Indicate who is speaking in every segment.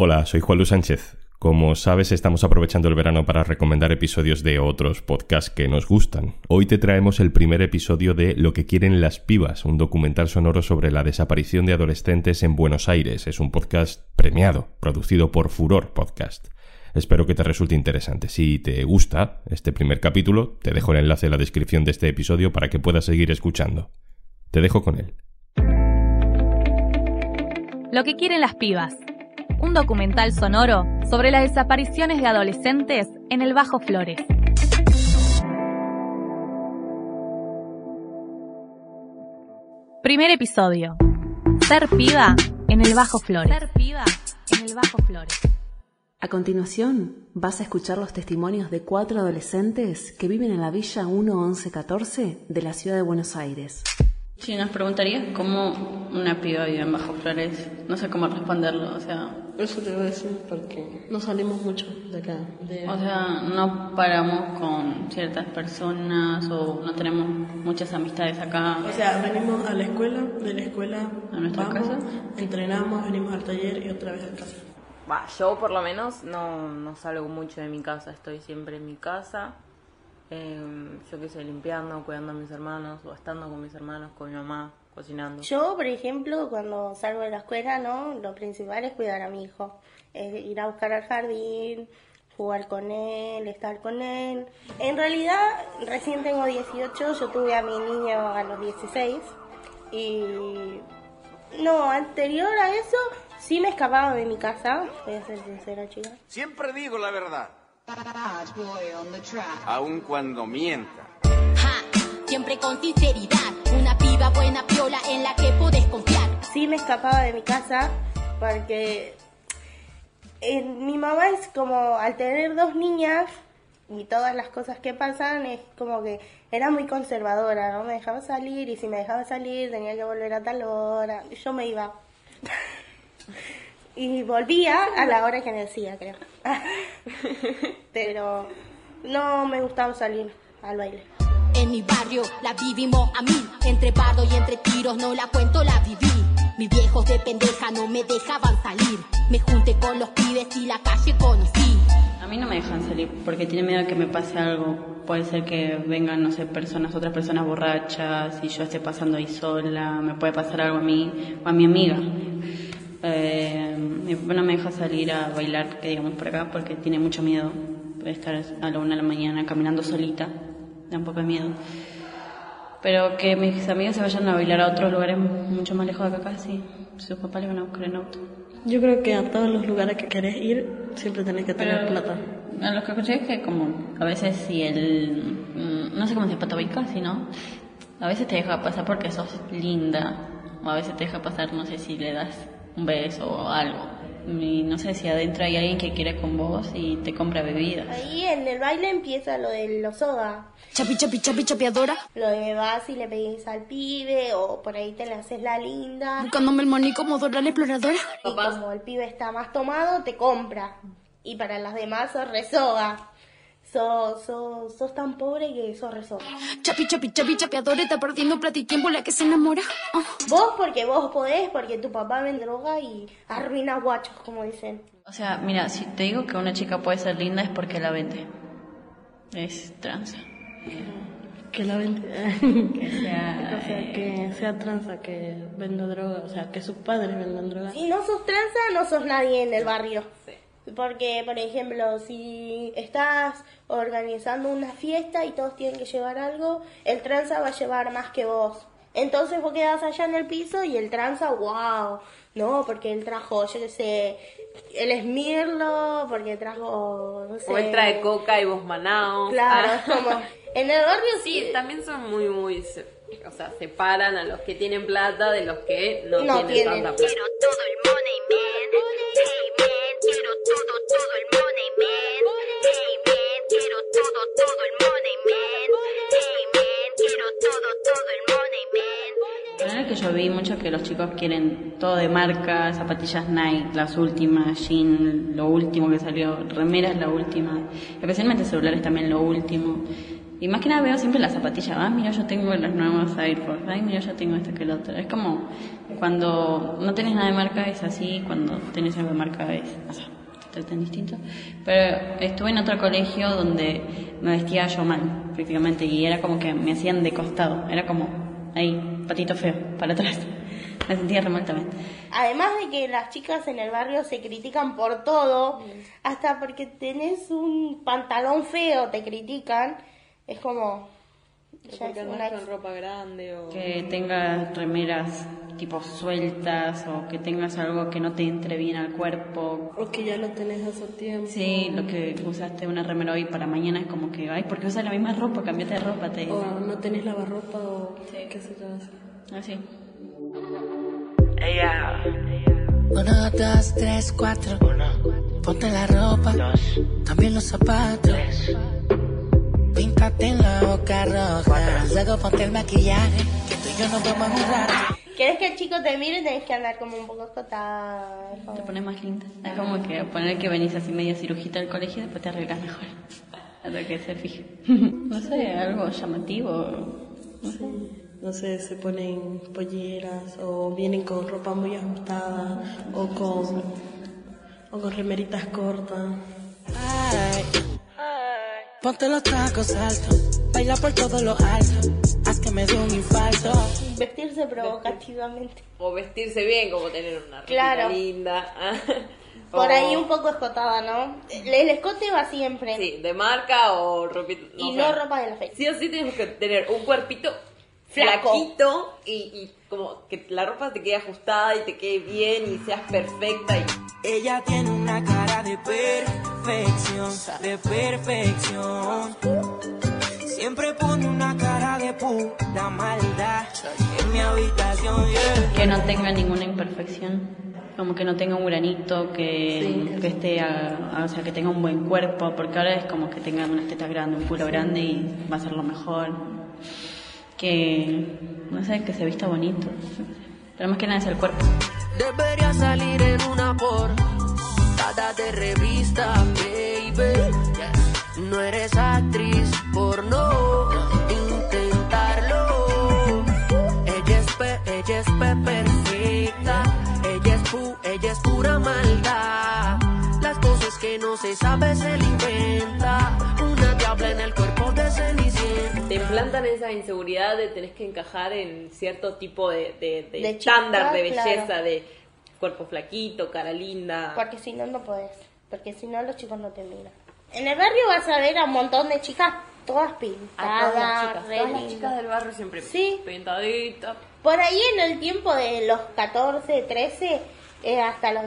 Speaker 1: Hola, soy Juan Luis Sánchez. Como sabes, estamos aprovechando el verano para recomendar episodios de otros podcasts que nos gustan. Hoy te traemos el primer episodio de Lo que quieren las pibas, un documental sonoro sobre la desaparición de adolescentes en Buenos Aires. Es un podcast premiado, producido por Furor Podcast. Espero que te resulte interesante. Si te gusta este primer capítulo, te dejo el enlace en la descripción de este episodio para que puedas seguir escuchando. Te dejo con él.
Speaker 2: Lo que quieren las pibas. Un documental sonoro sobre las desapariciones de adolescentes en el Bajo Flores. Primer episodio. Ser piba en el Bajo Flores. Ser piba en el Bajo Flores.
Speaker 3: A continuación, vas a escuchar los testimonios de 4 adolescentes que viven en la Villa 1114 de la ciudad de Buenos Aires.
Speaker 4: Si nos preguntarías cómo una piba vive en Bajo Flores, no sé cómo responderlo, o sea...
Speaker 5: Eso te voy a decir porque no salimos mucho de acá.
Speaker 4: O sea, no paramos con ciertas personas o no tenemos muchas amistades acá.
Speaker 5: O sea, venimos a la escuela, de la escuela
Speaker 4: a nuestra casa,
Speaker 5: entrenamos, venimos al taller y otra vez a casa.
Speaker 6: Yo por lo menos no salgo mucho de mi casa, estoy siempre en mi casa. Yo qué sé, limpiando, cuidando a mis hermanos o estando con mis hermanos, con mi mamá, cocinando.
Speaker 7: Yo, por ejemplo, cuando salgo de la escuela, ¿no? Lo principal es cuidar a mi hijo. Ir a buscar al jardín, jugar con él, estar con él. En realidad, recién tengo 18, yo tuve a mi niño a los 16. Y... no, anterior a eso, sí me escapaba de mi casa. Voy a ser sincera, chica.
Speaker 8: Siempre digo la verdad. Aun cuando mienta.
Speaker 9: Siempre con sinceridad, una piba buena piola en la que podés confiar.
Speaker 7: Sí me escapaba de mi casa porque mi mamá es como, al tener 2 niñas y todas las cosas que pasan, es como que era muy conservadora, no me dejaba salir y si me dejaba salir tenía que volver a tal hora. Yo me iba. Y volvía a la hora que me decía, creo. Pero no me gustaba salir al baile.
Speaker 9: En mi barrio la vivimos a mil. Entre bardo y entre tiros no la cuento, la viví. Mis viejos de pendeja no me dejaban salir. Me junté con los pibes y la calle conocí.
Speaker 4: A mí no me dejan salir porque tienen miedo de que me pase algo. Puede ser que vengan, no sé, otras personas borrachas y yo esté pasando ahí sola. Me puede pasar algo a mí o a mi amiga. Mi papá no me deja salir a bailar, que digamos por acá, porque tiene mucho miedo de estar a la 1 de la mañana caminando solita, da un poco de miedo. Pero que mis amigos se vayan a bailar a otros lugares mucho más lejos de acá, sí, sus papás le van a buscar en auto.
Speaker 5: Yo creo que a todos los lugares que querés ir siempre tenés que tener plata.
Speaker 4: A los que escuché es que como a veces si no sé cómo se patobica, si no, a veces te deja pasar porque sos linda, o a veces te deja pasar, no sé si le das un beso o algo. Y no sé si adentro hay alguien que quiere con vos y te compra bebidas.
Speaker 7: Ahí en el baile empieza lo de los soga.
Speaker 9: Chapeadora.
Speaker 7: Lo de vas y le pedís al pibe o por ahí te le haces la linda.
Speaker 9: Buscándome el maní como Dora la exploradora.
Speaker 7: Y como el pibe está más tomado, te compra. Y para las demás sos resoga. Sos tan pobre que sos resoga.
Speaker 9: Chapeadora, está perdiendo plata y tiempo la que se enamora.
Speaker 7: Vos porque vos podés, porque tu papá vende droga y arruina guachos, como dicen.
Speaker 4: O sea, mira, si te digo que una chica puede ser linda es porque la vende. Es tranza.
Speaker 5: Que la vende.
Speaker 4: Que sea...
Speaker 5: O sea, que sea tranza, que venda droga, o sea, que sus padres vendan droga.
Speaker 7: Si no sos tranza, no sos nadie en el barrio. Sí. Porque, por ejemplo, si estás organizando una fiesta y todos tienen que llevar algo, el tranza va a llevar más que vos. Entonces vos quedás allá en el piso y el tranza, wow, no, porque él trajo, yo qué sé, el esmirlo, porque trajo, no sé.
Speaker 6: O él trae coca y vos manao.
Speaker 7: Claro, como, en el barrio
Speaker 6: sí, también son muy, o sea, separan a los que tienen plata de los que no tienen tanta plata.
Speaker 9: Quiero todo el money, man. Hey, man, quiero todo el money, man. Hey, man, quiero todo el money, man. Hey, man, quiero todo el money, man.
Speaker 4: La verdad es que yo vi mucho que los chicos quieren todo de marca, zapatillas Nike, las últimas, jean, lo último que salió, remeras la última, especialmente celulares también lo último. Y más que nada veo siempre las zapatillas. Mira, yo tengo las nuevas Air Force. Mira, yo tengo esto que el otro. Es como cuando no tenés nada de marca es así, cuando tenés algo de marca es, o sea, tan distinto. Pero estuve en otro colegio donde me vestía yo mal, prácticamente, y era como que me hacían de costado. Era como ahí, patito feo, para atrás. Me sentía remotamente.
Speaker 7: Además de que las chicas en el barrio se critican por todo, hasta porque tenés un pantalón feo te critican, es como...
Speaker 6: Porque andas con ropa grande o...
Speaker 4: Que tengas remeras tipo sueltas o que tengas algo que no te entre bien al cuerpo.
Speaker 5: O que ya lo tenés hace tiempo.
Speaker 4: Sí, lo que usaste una remera hoy para mañana es como que, ay, ¿por qué usas la misma ropa? Cambiate de ropa, te dicen.
Speaker 5: O no tenés lavarropa o qué sé yo así.
Speaker 4: Así.
Speaker 10: 1, 2, 3, 4. Ponte la ropa, también los zapatos. Píntate en la boca roja. Luego ponte el maquillaje, que tú y yo nos vamos a un rato.
Speaker 7: ¿Querés que el chico te mire? Tenés que andar como un poco escotada.
Speaker 4: Te pones más linda. Es como que poner que venís así media cirujita al colegio y después te arreglas mejor. Hasta que se fije. No sé, algo llamativo.
Speaker 5: No sé, se ponen polleras o vienen con ropa muy ajustada o con remeritas cortas.
Speaker 10: Ay, ponte los tacos altos, baila por todo lo alto, haz que me dé un infarto.
Speaker 7: Vestirse provocativamente.
Speaker 6: O vestirse bien, como tener una ropa
Speaker 7: Claro.
Speaker 6: linda.
Speaker 7: Por ahí un poco escotada, ¿no? El escote va siempre.
Speaker 6: Sí, de marca o ropita.
Speaker 7: Y no ropa de la fecha.
Speaker 6: Sí o sí tenemos que tener un cuerpito
Speaker 7: Flaco.
Speaker 6: flaquito y como que la ropa te quede ajustada y te quede bien y seas perfecta.
Speaker 10: Ella tiene una cara de perfección, Siempre pone una cara de puta maldad en mi habitación, yeah.
Speaker 4: Que no tenga ninguna imperfección. Como que no tenga un granito, que esté, o sea, que tenga un buen cuerpo, porque ahora es como que tenga unas tetas grandes, un culo grande y va a ser lo mejor. Que, no sé, que se vista bonito. Pero más que nada es el cuerpo.
Speaker 10: Debería salir en una portada de revista, baby. No eres actriz porno, intentarlo. Ella es perfecta, ella es pura maldad. Las cosas que no se sabe se le inventa. Una diabla en el cuerpo de Cenicienta.
Speaker 6: Te implantan esa inseguridad de tenés que encajar en cierto tipo de
Speaker 7: chica,
Speaker 6: estándar de belleza,
Speaker 7: claro.
Speaker 6: de cuerpo flaquito, cara linda.
Speaker 7: Porque si no, no podés. Porque si no, los chicos no te miran. En el barrio vas a ver a un montón de chicas, todas
Speaker 6: A
Speaker 7: pintadas,
Speaker 6: todas las
Speaker 7: re
Speaker 6: chicas
Speaker 7: lindas.
Speaker 6: del barrio siempre
Speaker 7: Sí.
Speaker 6: pintaditas.
Speaker 7: Por ahí en el tiempo de los 14, 13, hasta los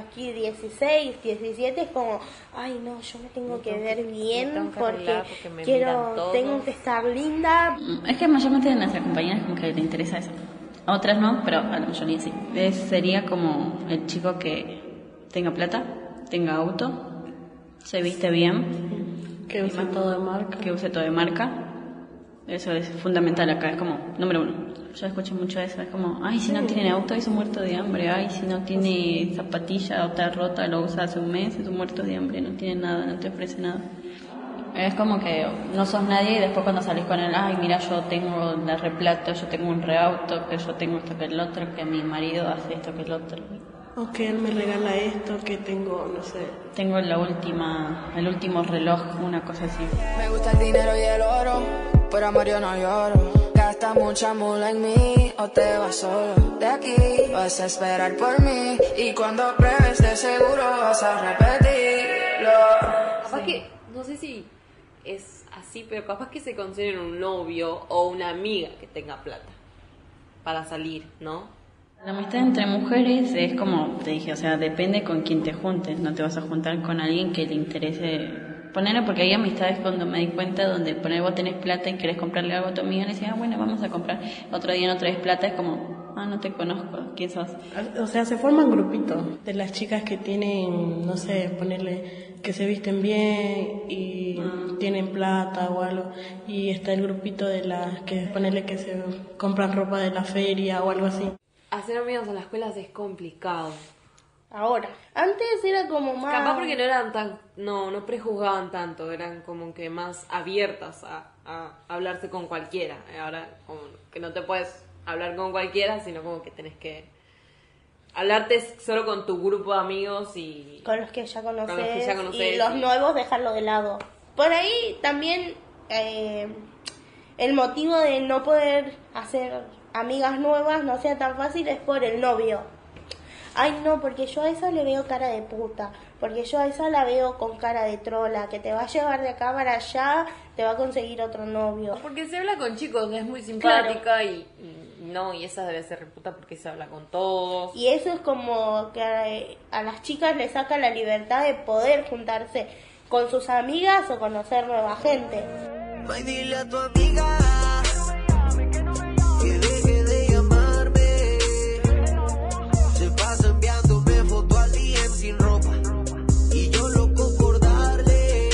Speaker 7: 16, 17, es como, ay no, yo me tengo que ver bien
Speaker 6: tengo que
Speaker 7: porque
Speaker 6: arreglar porque me miran todos.
Speaker 7: tengo que estar linda.
Speaker 4: Es que mayormente de nuestras compañeras como que le interesa eso. A otras no, pero a la mayoría sí. Sería como el chico que tenga plata, tenga auto, se viste bien,
Speaker 5: Que use todo de marca.
Speaker 4: que use todo de marca. Eso es fundamental acá, es como número uno. Yo escucho mucho eso, es como, ay, si no tiene auto es un muerto de hambre, ay, si no tiene zapatilla o está rota, lo usa hace un mes, es un muerto de hambre, no tiene nada, no te ofrece nada. Es como que no sos nadie y después cuando salís con él, ay, mira, yo tengo la replata, yo tengo un reauto, que yo tengo esto que el otro, que mi marido hace esto que el otro.
Speaker 5: O que él me regala esto, que tengo, no sé.
Speaker 4: Tengo el último reloj, una cosa así.
Speaker 10: Me gusta el dinero y el oro, pero amor yo no lloro. Gasta mucha mula en mí o te vas solo de aquí. Vas a esperar por mí y cuando pruebes de seguro vas a repetirlo.
Speaker 6: Capaz que, no sé si es así, pero capaz que se consideren un novio o una amiga que tenga plata para salir, ¿no?
Speaker 4: La amistad entre mujeres es como te dije, o sea, depende con quién te juntes. No te vas a juntar con alguien que le interese ponerlo, porque hay amistades cuando me di cuenta donde poner vos tenés plata y querés comprarle algo a tu amiga, le decís, bueno, vamos a comprar. Otro día no traes plata, es como, no te conozco, ¿quién sos?
Speaker 5: O sea, se forman grupitos de las chicas que tienen, no sé, ponerle que se visten bien y tienen plata o algo. Y está el grupito de las que ponerle que se compran ropa de la feria o algo así.
Speaker 6: Hacer amigos en las escuelas es complicado.
Speaker 7: ahora. Antes era como más...
Speaker 6: Capaz porque no eran tan, no prejuzgaban tanto, eran como que más abiertas a hablarse con cualquiera. Ahora como que no te puedes hablar con cualquiera, sino como que tenés que hablarte solo con tu grupo de amigos y...
Speaker 7: Con los que ya conoces, y los nuevos dejarlo de lado. Por ahí también el motivo de no poder hacer amigas nuevas no sea tan fácil es por el novio. Ay no, porque yo a esa le veo cara de puta, porque yo a esa la veo con cara de trola, que te va a llevar de acá para allá, te va a conseguir otro novio.
Speaker 6: Porque se habla con chicos, es muy simpática, claro. y esa debe ser re puta porque se habla con todos.
Speaker 7: Y eso es como que a las chicas les saca la libertad de poder juntarse con sus amigas o conocer nueva gente.
Speaker 11: Ay, dile a tu amiga que deje de llamarme. Se pasa enviándome foto al DM sin ropa y yo loco por darle.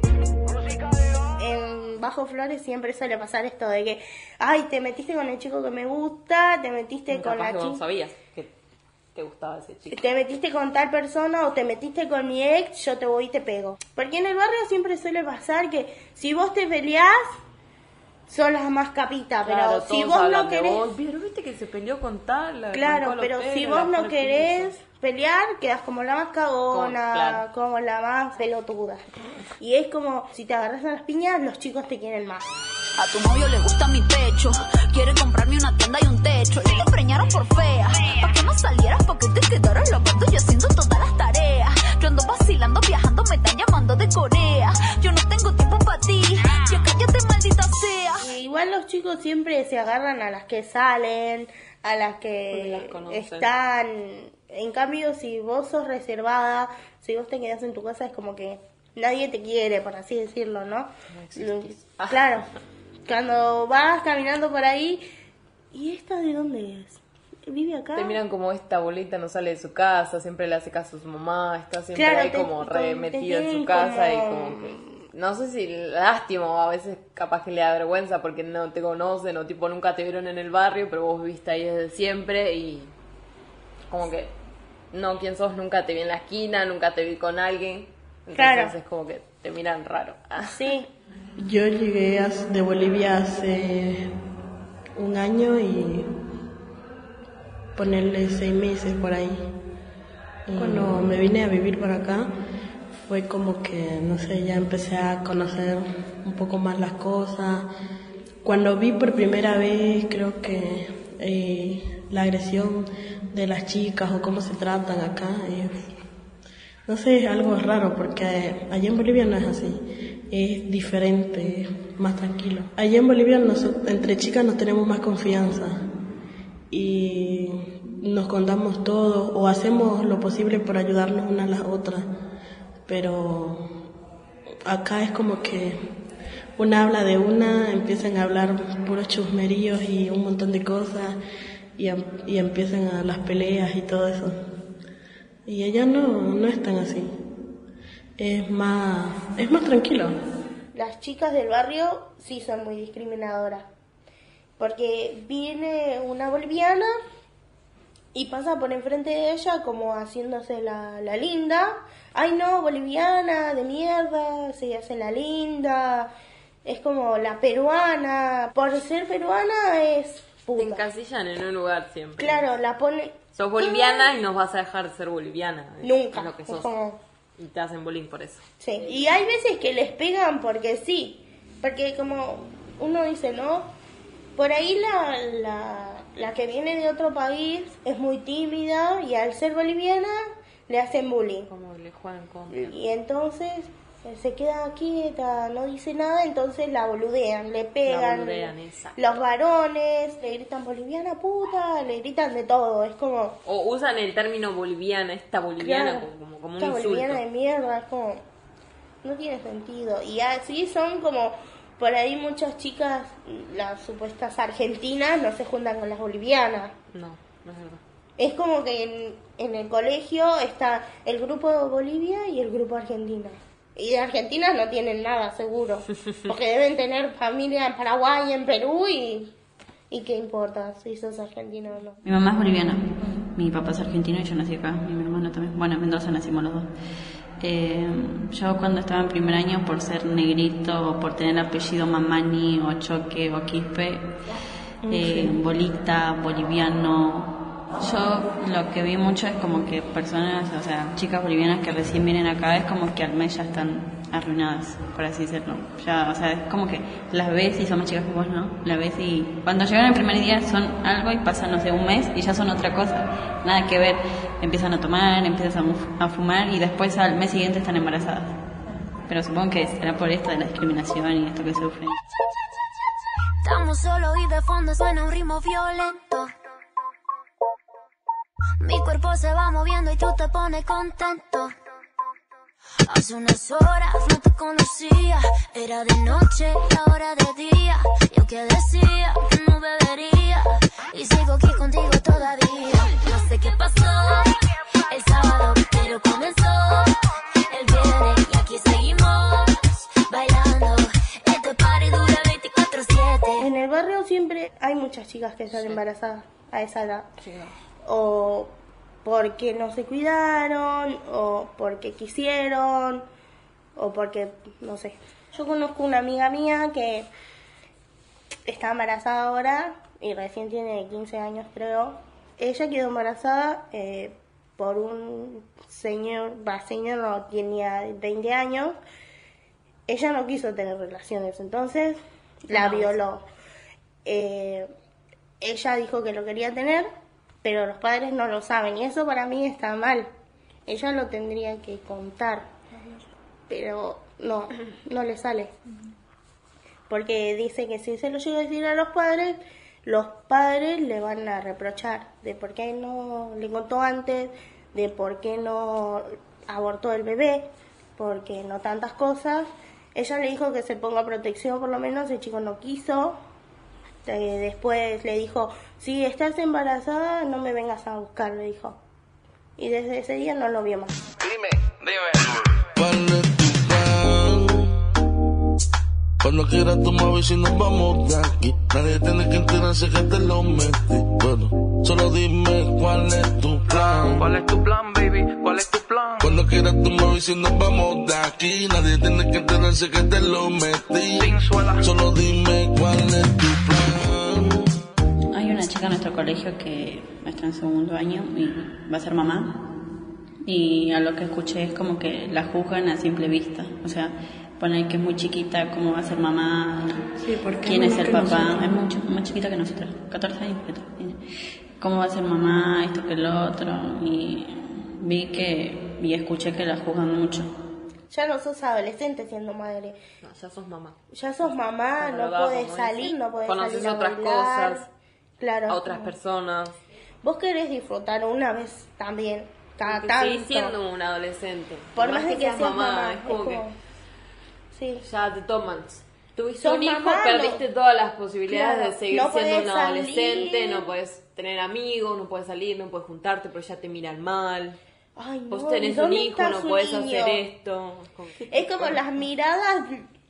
Speaker 7: En Bajo Flores siempre suele pasar esto de que, ay, te metiste con el chico que me gusta, te metiste con la chica.
Speaker 6: No sabías que te gustaba ese chico.
Speaker 7: Te metiste con tal persona o te metiste con mi ex, yo te voy y te pego. Porque en el barrio siempre suele pasar que si vos te peleás, son las más capitas,
Speaker 6: claro,
Speaker 7: pero si vos no querés...
Speaker 6: Pero viste que se peleó con tal...
Speaker 7: Claro, pero si vos no querés pelear, quedás como la más cagona, claro. Como la más pelotuda. Y es como, si te agarras a las piñas, los chicos te quieren más.
Speaker 12: A tu novio le gusta mi pecho, quiere comprarme una tienda y un techo. Y te preñaron por fea, pa' que no salieras, pa' que te quedaras lavando y haciendo todas las tareas. Yo ando vacilando, viajando, me están llamando de Corea. Yo no tengo tiempo pa' ti, ya cállate maldita sea.
Speaker 7: Y igual los chicos siempre se agarran a las que salen, a las que están... En cambio, si vos sos reservada, si vos te quedás en tu casa, es como que nadie te quiere, por así decirlo, ¿no? Claro. Cuando vas caminando por ahí, ¿y esta de dónde es? ¿Vive acá?
Speaker 6: Te miran como esta bolita no sale de su casa, siempre le hace caso a su mamá, está siempre ahí como re metida en su casa y como que... No sé si lástima o a veces capaz que le da vergüenza porque no te conocen o tipo nunca te vieron en el barrio, pero vos viviste ahí desde siempre y como que no, quién sos, nunca te vi en la esquina, nunca te vi con alguien, entonces claro. Es como que te miran raro.
Speaker 7: Sí.
Speaker 5: Yo llegué de Bolivia hace un año y ponerle 6 meses por ahí. Cuando me vine a vivir por acá fue como que, no sé, ya empecé a conocer un poco más las cosas. Cuando vi por primera vez, creo que la agresión de las chicas o cómo se tratan acá, no sé, es algo raro porque allá en Bolivia no es así, es diferente, es más tranquilo. Allá en Bolivia entre chicas nos tenemos más confianza y nos contamos todo o hacemos lo posible por ayudarnos unas a las otras, pero acá es como que una habla de una, empiezan a hablar puros chusmeríos y un montón de cosas y empiezan a las peleas y todo eso. Y ella no es tan así, es más tranquilo.
Speaker 7: Las chicas del barrio sí son muy discriminadoras, porque viene una boliviana y pasa por enfrente de ella como haciéndose la linda. Ay no, boliviana de mierda, se hace la linda, es como la peruana, por ser peruana es puta.
Speaker 6: Te encasillan en un lugar siempre.
Speaker 7: Claro, la pone...
Speaker 6: Sos boliviana y no vas a dejar de ser boliviana.
Speaker 7: Nunca.
Speaker 6: Es lo que sos. Y te hacen bullying por eso.
Speaker 7: Sí, y hay veces que les pegan porque sí, porque como uno dice, ¿no? Por ahí la que viene de otro país es muy tímida y al ser boliviana le hacen bullying.
Speaker 6: Como le juegan contra.
Speaker 7: Y entonces se queda quieta, no dice nada, entonces la boludean, le pegan. Los varones le gritan boliviana puta, le gritan de todo, es como...
Speaker 6: O usan el término boliviana, esta boliviana,
Speaker 7: claro,
Speaker 6: como un
Speaker 7: esta
Speaker 6: insulto.
Speaker 7: Boliviana de mierda, es como... No tiene sentido. Y así son como... Por ahí muchas chicas, las supuestas argentinas, no se juntan con las bolivianas.
Speaker 6: No es verdad.
Speaker 7: Es como que en el colegio está el grupo de Bolivia y el grupo Argentina. Y de Argentina no tienen nada, seguro. Porque deben tener familia en Paraguay, en Perú y ¿qué importa si sos argentino o no?
Speaker 4: Mi mamá es boliviana. Mi papá es argentino y yo nací acá, y mi hermano también. Bueno, en Mendoza nacimos los dos. Yo cuando estaba en primer año, por ser negrito o por tener apellido Mamani o Choque o Quispe, bolita, boliviano, yo lo que vi mucho es como que personas, o sea, chicas bolivianas que recién vienen acá, es como que al mes ya están arruinadas, por así decirlo. Ya, o sea, es como que las ves y son más chicas que vos, ¿no? Las ves y cuando llegan el primer día son algo y pasan, no sé, un mes y ya son otra cosa. Nada que ver. Empiezan a tomar, empiezan a fumar y después al mes siguiente están embarazadas. Pero supongo que será por esto de la discriminación y esto que sufren.
Speaker 12: Estamos solos y de fondo suena un ritmo violento. Mi cuerpo se va moviendo y tú te pones contento. Hace unas horas no te conocía, era de noche y ahora de día. Yo que decía que no bebería y sigo aquí contigo todavía. No sé qué pasó el sábado, pero comenzó el viernes y aquí seguimos bailando. Este party dura 24/7.
Speaker 7: En el barrio siempre hay muchas chicas que están embarazadas a esa edad. Sí. O porque no se cuidaron, o porque quisieron, o porque, no sé. Yo conozco una amiga mía que está embarazada ahora, y recién tiene 15 años creo. Ella quedó embarazada por un señor no tenía 20 años. Ella no quiso tener relaciones, entonces la violó. Ella dijo que lo quería tener, pero los padres no lo saben, y eso para mí está mal. Ella lo tendría que contar, pero no le sale. Porque dice que si se lo llega a decir a los padres le van a reprochar de por qué no le contó antes, de por qué no abortó el bebé, porque no tantas cosas. Ella le dijo que se ponga protección, por lo menos el chico no quiso. Después le dijo, si estás embarazada no me vengas a buscar, le dijo. Y desde ese día no lo vio más.
Speaker 13: Cuando quieras tú me avisas y nos vamos de aquí. Nadie tiene que enterarse que te lo metí. Bueno, solo dime cuál es tu plan.
Speaker 14: ¿Cuál es tu plan, baby? ¿Cuál es tu plan?
Speaker 13: Cuando quieras tú me avisas y nos vamos de aquí. Nadie tiene que enterarse que te lo metí. Solo dime cuál es tu plan.
Speaker 4: Hay una chica en nuestro colegio que está en segundo año y va a ser mamá. Y a lo que escuché es como que la juzgan a simple vista. O sea, poner que es muy chiquita, cómo va a ser mamá,
Speaker 5: sí,
Speaker 4: quién es el papá. Es mucho más chiquita que nosotros, 14 años. Cómo va a ser mamá, esto que lo otro. Y escuché que la juzgan mucho.
Speaker 7: Ya no sos adolescente siendo madre.
Speaker 6: No, ya sos mamá.
Speaker 7: Ya sos mamá, no podés salir, no podés
Speaker 6: conoces
Speaker 7: salir a
Speaker 6: otras
Speaker 7: bailar,
Speaker 6: cosas,
Speaker 7: claro,
Speaker 6: a otras personas.
Speaker 7: Vos querés disfrutar una vez también, cada tanto.
Speaker 6: Seguís siendo un adolescente.
Speaker 7: Por más de que seas mamá,
Speaker 6: es como que
Speaker 7: sí.
Speaker 6: ya te toman. Tuviste un hijo, perdiste todas las posibilidades, claro, de seguir siendo un adolescente, no podés tener amigos, no podés salir, no podés juntarte, pero ya te miran mal.
Speaker 7: Ay, no,
Speaker 6: vos tenés un hijo, no podés hacer esto.
Speaker 7: Es como las miradas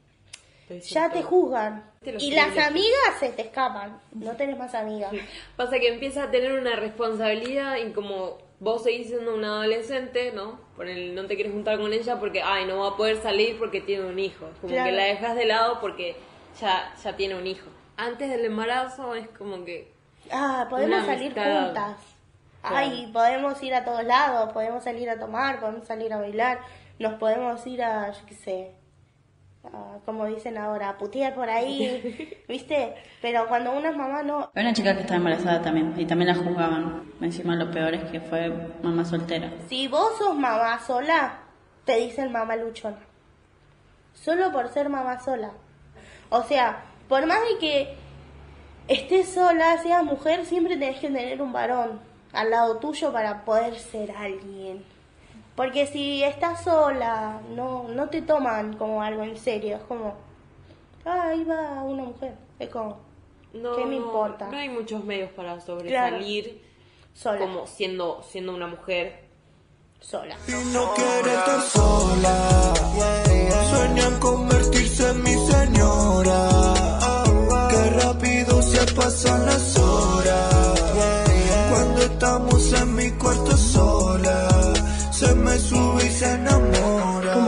Speaker 7: ya te juzgan. Y las amigas se te escapan. No tenés más amigas.
Speaker 6: Pasa que empiezas a tener una responsabilidad y como vos seguís siendo un adolescente, ¿no? No te quieres juntar con ella porque, no va a poder salir porque tiene un hijo. Como claro, que la dejas de lado porque ya tiene un hijo. Antes del embarazo es como que...
Speaker 7: podemos salir juntas. Claro. Podemos ir a todos lados, podemos salir a tomar, podemos salir a bailar, nos podemos ir a, yo qué sé, como dicen ahora, a putear por ahí, ¿viste? Pero cuando una es mamá no...
Speaker 4: Hay una chica que estaba embarazada también, y también la juzgaban. Encima lo peor es que fue mamá soltera.
Speaker 7: Si vos sos mamá sola, te dicen mamá luchona. Solo por ser mamá sola. O sea, por más de que estés sola, seas mujer, siempre tenés que tener un varón al lado tuyo para poder ser alguien. Porque si estás sola, no te toman como algo en serio. Es como, ahí va una mujer. Es como, ¿qué me importa?
Speaker 6: No hay muchos medios para sobresalir,
Speaker 7: claro, sola,
Speaker 6: como siendo una mujer
Speaker 7: sola.
Speaker 11: Y no quiere estar sola, sueñan convertirse en mi señora. Qué rápido se pasan las horas cuando estamos en mi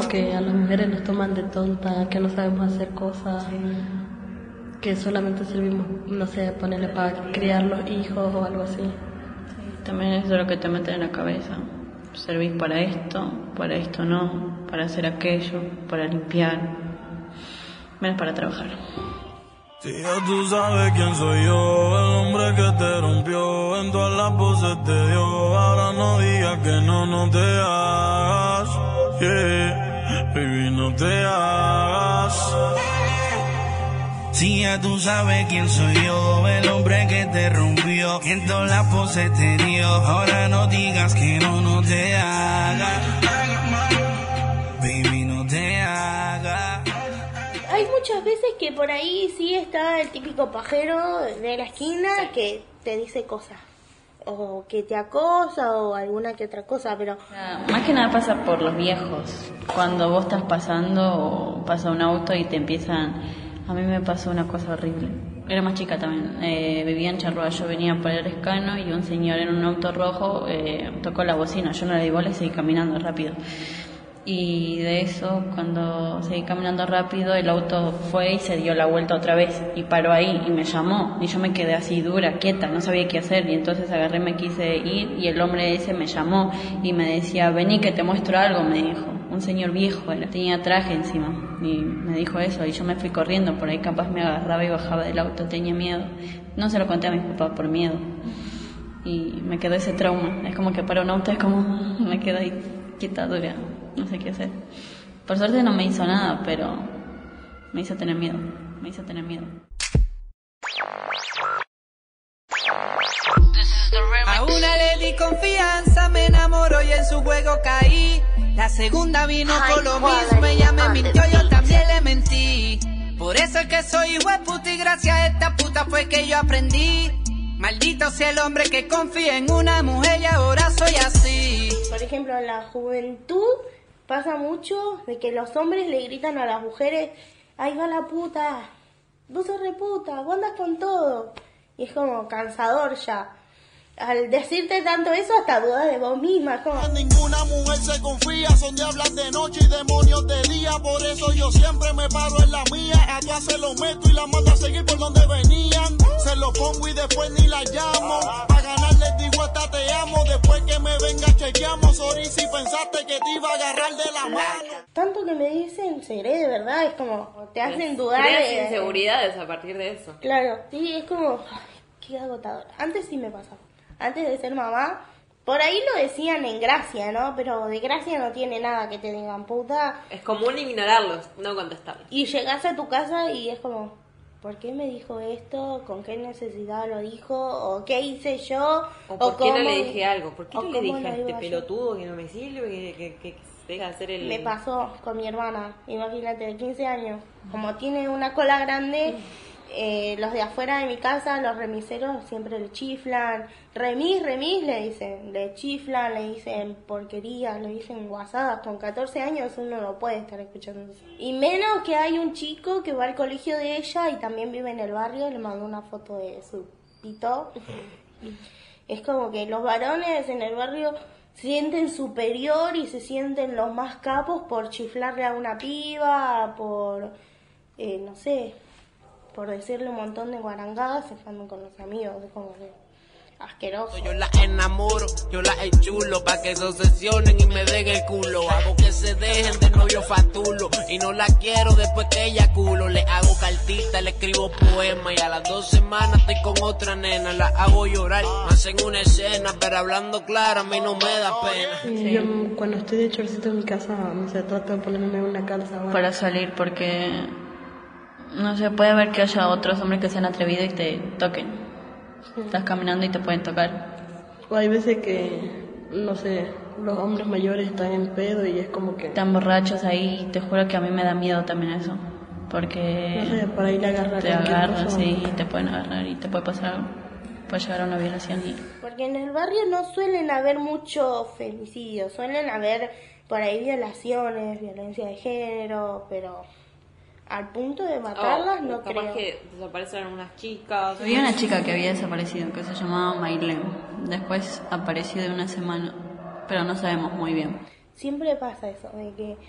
Speaker 5: que a las mujeres nos toman de tontas, que no sabemos hacer cosas, que solamente servimos, no sé, ponerle para criar los hijos o algo así.
Speaker 4: Sí, también eso es lo que te meten en la cabeza. Servís para esto no, para hacer aquello, para limpiar, menos para trabajar.
Speaker 13: Si ya tú sabes quién soy yo, el hombre que te rompió, en todas las voces te dio, ahora no digas que no te hagas, yeah, baby, no te hagas.
Speaker 15: Si ya tú sabes quién soy yo, el hombre que te rompió, que en todas las poses te dio, ahora no digas que no te hagas, baby, no te hagas.
Speaker 7: Hay muchas veces que por ahí sí está el típico pajero de la esquina que te dice cosas, o que te acosa, o alguna que otra cosa, pero...
Speaker 4: Más que nada pasa por los viejos, cuando vos estás pasando o pasa un auto y te empiezan... A mí me pasó una cosa horrible. Era más chica también. Vivía en Charrúa, yo venía por el Escano y un señor en un auto rojo tocó la bocina. Yo no le di bola y seguí caminando rápido. Y de eso, cuando seguí caminando rápido, el auto fue y se dio la vuelta otra vez. Y paró ahí y me llamó. Y yo me quedé así dura, quieta, no sabía qué hacer. Y entonces agarré, me quise ir y el hombre ese me llamó y me decía, vení que te muestro algo, me dijo. Un señor viejo era, tenía traje encima y me dijo eso y yo me fui corriendo, por ahí capaz me agarraba y bajaba del auto, tenía miedo, no se lo conté a mis papás por miedo y me quedó ese trauma, es como que para un auto es como me quedo ahí quieta, dura, no sé qué hacer. Por suerte no me hizo nada, pero me hizo tener miedo.
Speaker 16: A una le di confianza, me enamoró y en su juego caí. La segunda vino por lo mismo, ella me mintió, yo también le mentí. Por eso es que soy hijo de puta y gracias a esta puta fue que yo aprendí. Maldito sea el hombre que confía en una mujer y ahora soy así.
Speaker 7: Por ejemplo, en la juventud pasa mucho de que los hombres le gritan a las mujeres, ahí va la puta, vos sos re puta, vos andas con todo. Y es como cansador ya. Al decirte tanto eso, hasta dudas de vos misma. Como...
Speaker 17: Ninguna mujer se confía, son diablas de noche y demonios de día. Por eso yo siempre me paro en la mía. A todas se lo meto y la mando a seguir por donde venían. Se lo pongo y después ni la llamo. Pa' ganar les digo hasta te amo. Después que me venga chequeamos. Sorry si pensaste que te iba a agarrar de la mano.
Speaker 7: Tanto que me dicen, seré de verdad, es como, te hacen dudar.
Speaker 6: Creas inseguridades a partir de eso.
Speaker 7: Claro, sí, es como, ay, qué agotador. Antes sí me pasaba. Antes de ser mamá, por ahí lo decían en gracia, ¿no? Pero de gracia no tiene nada que te digan puta.
Speaker 6: Es común ignorarlos, no contestarlos.
Speaker 7: Y llegás a tu casa y es como, ¿por qué me dijo esto? ¿Con qué necesidad lo dijo? ¿O qué hice yo?
Speaker 6: ¿O por qué no le dije algo? ¿Por qué no le dije a este pelotudo que no me sirve, que deja de hacer el...?
Speaker 7: Me pasó con mi hermana, imagínate, de 15 años. Como tiene una cola grande... los de afuera de mi casa, los remiseros siempre le chiflan, remis le dicen, le chiflan, le dicen porquerías, le dicen guasadas. Con 14 años uno no puede estar escuchando eso. Y menos que hay un chico que va al colegio de ella y también vive en el barrio, le mandó una foto de su pito. Es como que los varones en el barrio se sienten superior y se sienten los más capos por chiflarle a una piba, por, no sé... por decirle un montón de guarangadas, estando con los amigos, es como que asqueroso.
Speaker 16: Yo la enamoro, yo la enchulo, pa' que se obsesionen y me den el culo. Hago que se dejen de novio fatulo, y no la quiero después que ella culo. Le hago cartita, le escribo poema, y a las 2 semanas estoy con otra nena. La hago llorar, hacen una escena, pero hablando claro a mí no me da pena.
Speaker 5: Yo cuando estoy de chorcito en mi casa, no sé, trato de ponerme una calza. Bueno.
Speaker 4: Para salir, porque... no se puede ver que haya otros hombres que se han atrevido y te toquen. Sí. Estás caminando y te pueden tocar.
Speaker 5: O hay veces que, no sé, los hombres mayores están en pedo y es como que...
Speaker 4: están borrachos ahí, te juro que a mí me da miedo también eso. Porque...
Speaker 5: no sé, para ir a agarrar...
Speaker 4: te agarran, sí, te pueden agarrar y te puede pasar algo. Puede llegar a una violación y...
Speaker 7: porque en el barrio no suelen haber muchos femicidios, suelen haber por ahí violaciones, violencia de género, pero... al punto de matarlas no creo.
Speaker 6: Capaz que desaparecieron unas chicas.
Speaker 4: Había una chica que había desaparecido que se llamaba Maylene. Después apareció de una semana, pero no sabemos muy bien.
Speaker 7: Siempre pasa eso, de que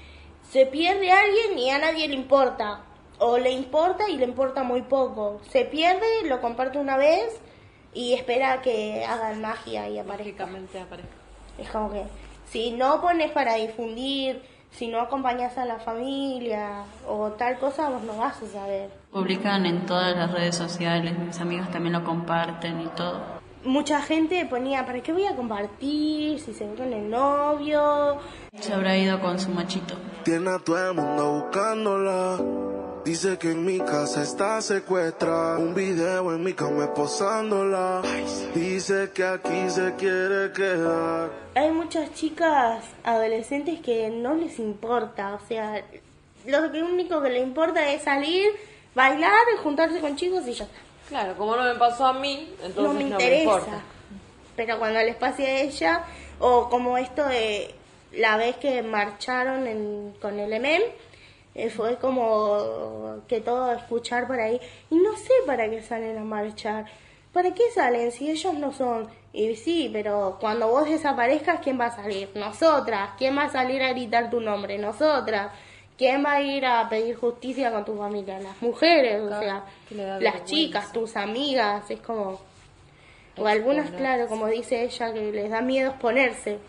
Speaker 7: se pierde a alguien y a nadie le importa. O le importa y le importa muy poco. Se pierde, lo comparte una vez y espera que hagan magia y aparezca.
Speaker 6: Mágicamente aparezca.
Speaker 7: Es como que si no pones para difundir, si no acompañas a la familia o tal cosa, vos no vas a saber.
Speaker 4: Publican en todas las redes sociales, mis amigos también lo comparten y todo.
Speaker 7: Mucha gente ponía, ¿para qué voy a compartir? Si se ve con el novio.
Speaker 4: Se habrá ido con su machito.
Speaker 11: Tiene a todo el mundo buscándola. Dice que en mi casa está secuestrada. Un video en mi cama esposándola. Dice que aquí se quiere quedar.
Speaker 7: Hay muchas chicas adolescentes que no les importa. O sea, lo único que les importa es salir, bailar, juntarse con chicos y ya está.
Speaker 6: Claro, como no me pasó a mí, entonces
Speaker 7: no me interesa. Pero cuando les pase a ella, o como esto de la vez que marcharon con el EMEM, fue como que todo escuchar por ahí. Y no sé para qué salen a marchar. ¿Para qué salen si ellos no son? Y sí, pero cuando vos desaparezcas, ¿quién va a salir? Nosotras. ¿Quién va a salir a gritar tu nombre? Nosotras. ¿Quién va a ir a pedir justicia con tu familia? Las mujeres, o sea, las chicas, tus amigas, es como... O algunas, claro, como dice ella, que les da miedo exponerse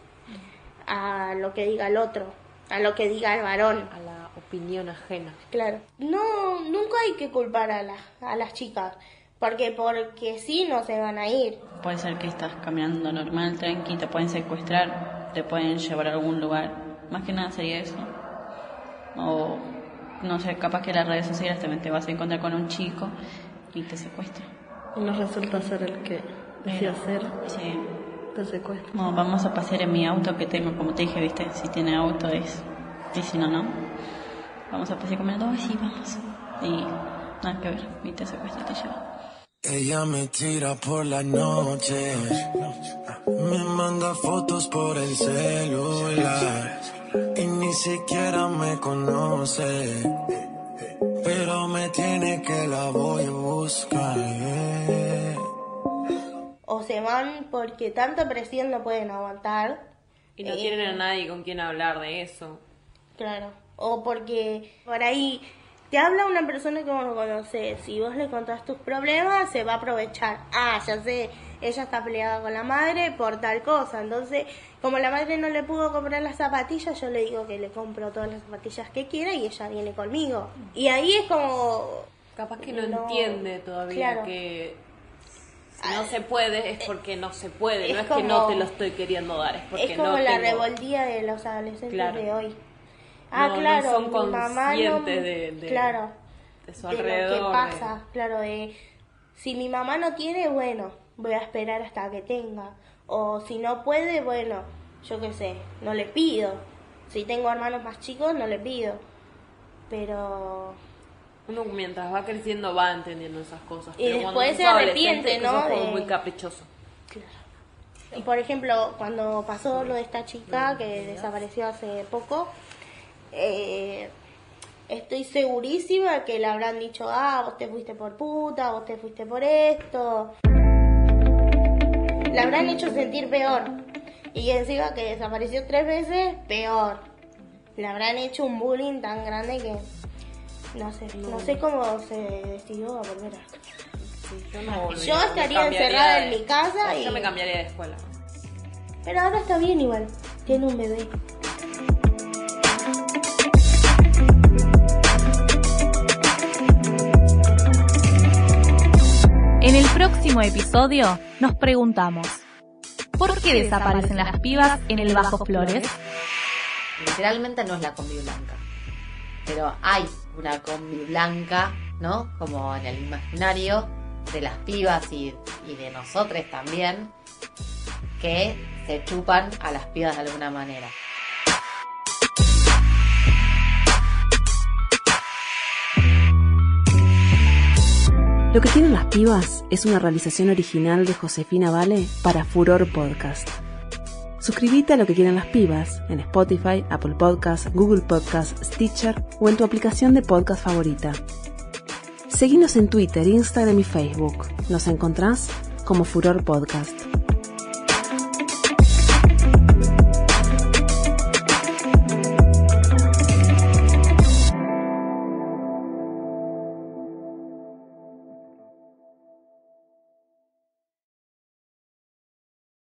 Speaker 7: a lo que diga el otro, a lo que diga el varón.
Speaker 6: A la opinión ajena.
Speaker 7: Claro. No, nunca hay que culpar a las chicas, porque sí no se van a ir.
Speaker 4: Puede ser que estás caminando normal, tranqui, te pueden secuestrar, te pueden llevar a algún lugar. Más que nada sería eso. O, no sé, capaz que en las redes sociales también te vas a encontrar con un chico y te secuestra.
Speaker 5: Y no resulta ser el que decía ser.
Speaker 4: Sí.
Speaker 5: Te secuestra.
Speaker 4: No, vamos a pasear en mi auto que tengo, como te dije, viste, si tiene auto es... Y si no, no. Vamos a pasear con el auto, sí, vamos. Y nada que ver, y te secuestra y te lleva.
Speaker 11: Ella me tira por la noche, me manda fotos por el celular y ni siquiera me conoce, pero me tiene que la voy a buscar.
Speaker 7: O se van porque tanta presión no pueden aguantar.
Speaker 6: Y no tienen a nadie con quien hablar de eso.
Speaker 7: Claro. O porque por ahí te habla una persona que vos no conoces. Si vos le contás tus problemas, se va a aprovechar. Ah, ya sé, ella está peleada con la madre por tal cosa. Entonces, como la madre no le pudo comprar las zapatillas, yo le digo que le compro todas las zapatillas que quiera y ella viene conmigo. Y ahí es como...
Speaker 6: Capaz que no entiende todavía, claro, que si no se puede es porque no se puede. No es como, que no te lo estoy queriendo dar, es porque no tengo. Es como la
Speaker 7: rebeldía de los adolescentes, claro, de hoy.
Speaker 6: Ah, no, claro, no son conscientes
Speaker 7: claro,
Speaker 6: de su alrededor.
Speaker 7: De lo que pasa, claro, si mi mamá no tiene, bueno, voy a esperar hasta que tenga. O si no puede, bueno, yo qué sé, no le pido. Si tengo hermanos más chicos, no le pido. Pero...
Speaker 6: Uno mientras va creciendo va entendiendo esas cosas.
Speaker 7: Y pero después se arrepiente, ¿no?
Speaker 6: Es como muy caprichoso.
Speaker 7: Claro. Y por ejemplo, cuando pasó lo de esta chica que desapareció hace poco... estoy segurísima que le habrán dicho, vos te fuiste por puta, vos te fuiste por esto. Le habrán hecho sentir peor. Y encima que desapareció 3 veces, peor. Le habrán hecho un bullying tan grande que no sé cómo se decidió a volver a casa. Sí, yo estaría encerrada en mi casa y...
Speaker 6: Yo me cambiaría de escuela.
Speaker 7: Pero ahora está bien igual, tiene un bebé.
Speaker 2: En el próximo episodio nos preguntamos: ¿por qué desaparecen las pibas en el Bajo Flores?
Speaker 18: Literalmente no es la combi blanca, pero hay una combi blanca, ¿no? Como en el imaginario de las pibas y de nosotros también, que se chupan a las pibas de alguna manera.
Speaker 3: Lo que quieren las pibas es una realización original de Josefina Vale para Furor Podcast. Suscríbete a Lo que quieren las pibas en Spotify, Apple Podcasts, Google Podcasts, Stitcher o en tu aplicación de podcast favorita. Seguinos en Twitter, Instagram y Facebook. Nos encontrás como Furor Podcast.